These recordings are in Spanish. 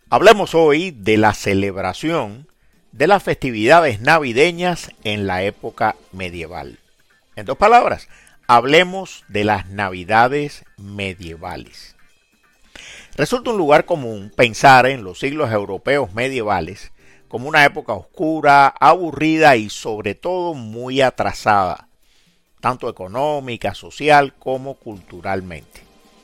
Hablemos hoy de la celebración de las festividades navideñas en la época medieval. En dos palabras, hablemos de las navidades medievales. Resulta un lugar común pensar en los siglos europeos medievales como una época oscura, aburrida y sobre todo muy atrasada, tanto económica, social como culturalmente.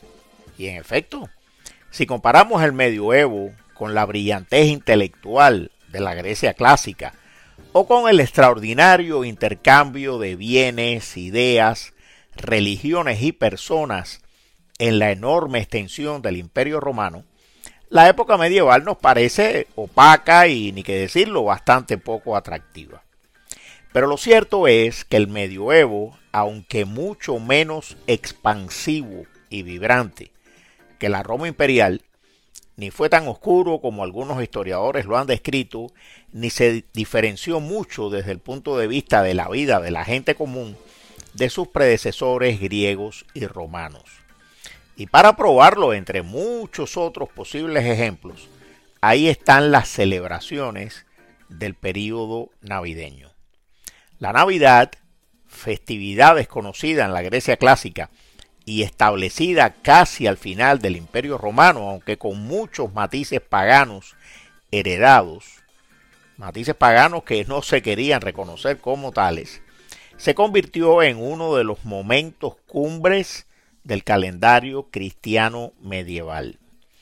Y en efecto, si comparamos el medioevo con la brillantez intelectual de la Grecia clásica o con el extraordinario intercambio de bienes, ideas, religiones y personas en la enorme extensión del Imperio Romano, la época medieval nos parece opaca y, ni que decirlo, bastante poco atractiva. Pero lo cierto es que el medioevo, aunque mucho menos expansivo y vibrante que la Roma imperial, ni fue tan oscuro como algunos historiadores lo han descrito, ni se diferenció mucho desde el punto de vista de la vida de la gente común de sus predecesores griegos y romanos. Y para probarlo, entre muchos otros posibles ejemplos, ahí están las celebraciones del período navideño. La Navidad, festividad desconocida en la Grecia clásica y establecida casi al final del Imperio Romano, aunque con muchos matices paganos heredados, matices paganos que no se querían reconocer como tales, se convirtió en uno de los momentos cumbres del calendario cristiano medieval.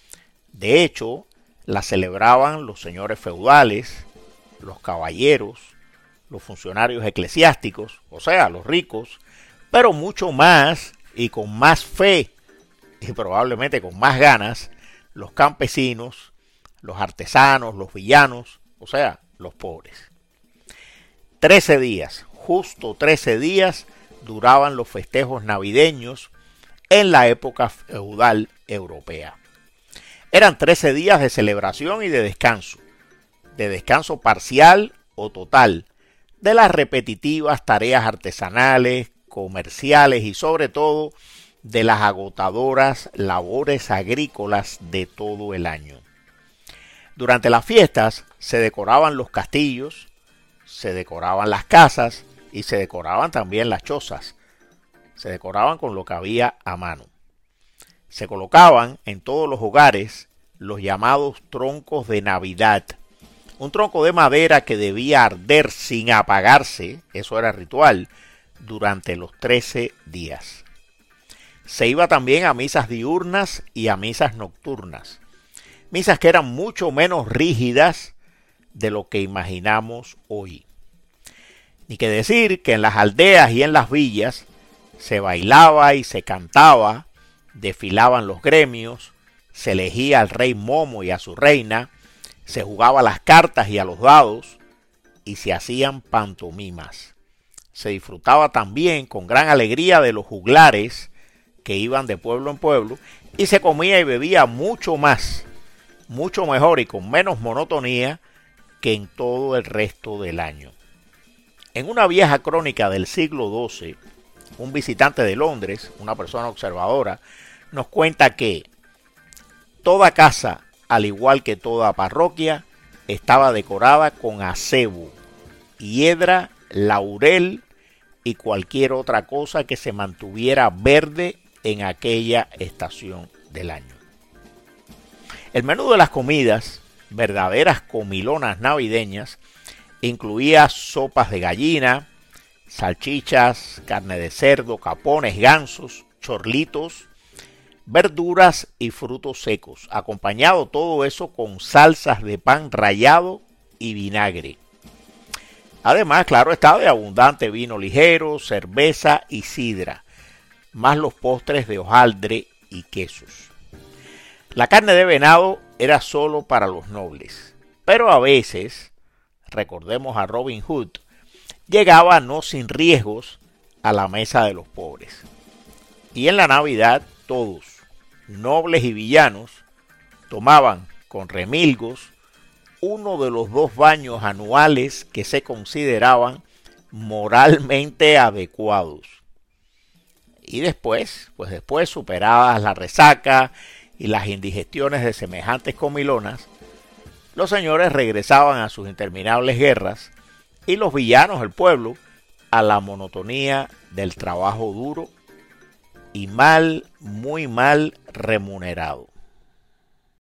De hecho, la celebraban los señores feudales, los caballeros, los funcionarios eclesiásticos, o sea, los ricos, pero mucho más y con más fe y probablemente con más ganas, los campesinos, los artesanos, los villanos, o sea, los pobres. 13 días, justo 13 días, duraban los festejos navideños en la época feudal europea. Eran 13 días de celebración y de descanso parcial o total, de las repetitivas tareas artesanales, comerciales y sobre todo de las agotadoras labores agrícolas de todo el año. Durante las fiestas se decoraban los castillos, se decoraban las casas y se decoraban también las chozas. Se decoraban con lo que había a mano. Se colocaban en todos los hogares los llamados troncos de Navidad. Un tronco de madera que debía arder sin apagarse, eso era ritual, durante los 13 días. Se iba también a misas diurnas y a misas nocturnas. Misas que eran mucho menos rígidas de lo que imaginamos hoy. Ni que decir que en las aldeas y en las villas se bailaba y se cantaba, desfilaban los gremios, se elegía al rey Momo y a su reina, se jugaba a las cartas y a los dados, y se hacían pantomimas. Se disfrutaba también con gran alegría de los juglares que iban de pueblo en pueblo, y se comía y bebía mucho más, mucho mejor y con menos monotonía que en todo el resto del año. En una vieja crónica del siglo XII, un visitante de Londres, una persona observadora, nos cuenta que toda casa, al igual que toda parroquia, estaba decorada con acebo, hiedra, laurel y cualquier otra cosa que se mantuviera verde en aquella estación del año. El menú de las comidas, verdaderas comilonas navideñas, incluía sopas de gallina, salchichas, carne de cerdo, capones, gansos, chorlitos, verduras y frutos secos, acompañado todo eso con salsas de pan rallado y vinagre. Además, claro está, de abundante vino ligero, cerveza y sidra, más los postres de hojaldre y quesos. La carne de venado era solo para los nobles, pero a veces, recordemos a Robin Hood, llegaba no sin riesgos a la mesa de los pobres. Y en la Navidad todos, nobles y villanos, tomaban con remilgos uno de los 2 baños anuales que se consideraban moralmente adecuados. Y después superadas la resaca y las indigestiones de semejantes comilonas, los señores regresaban a sus interminables guerras y los villanos del pueblo a la monotonía del trabajo duro y muy mal remunerado.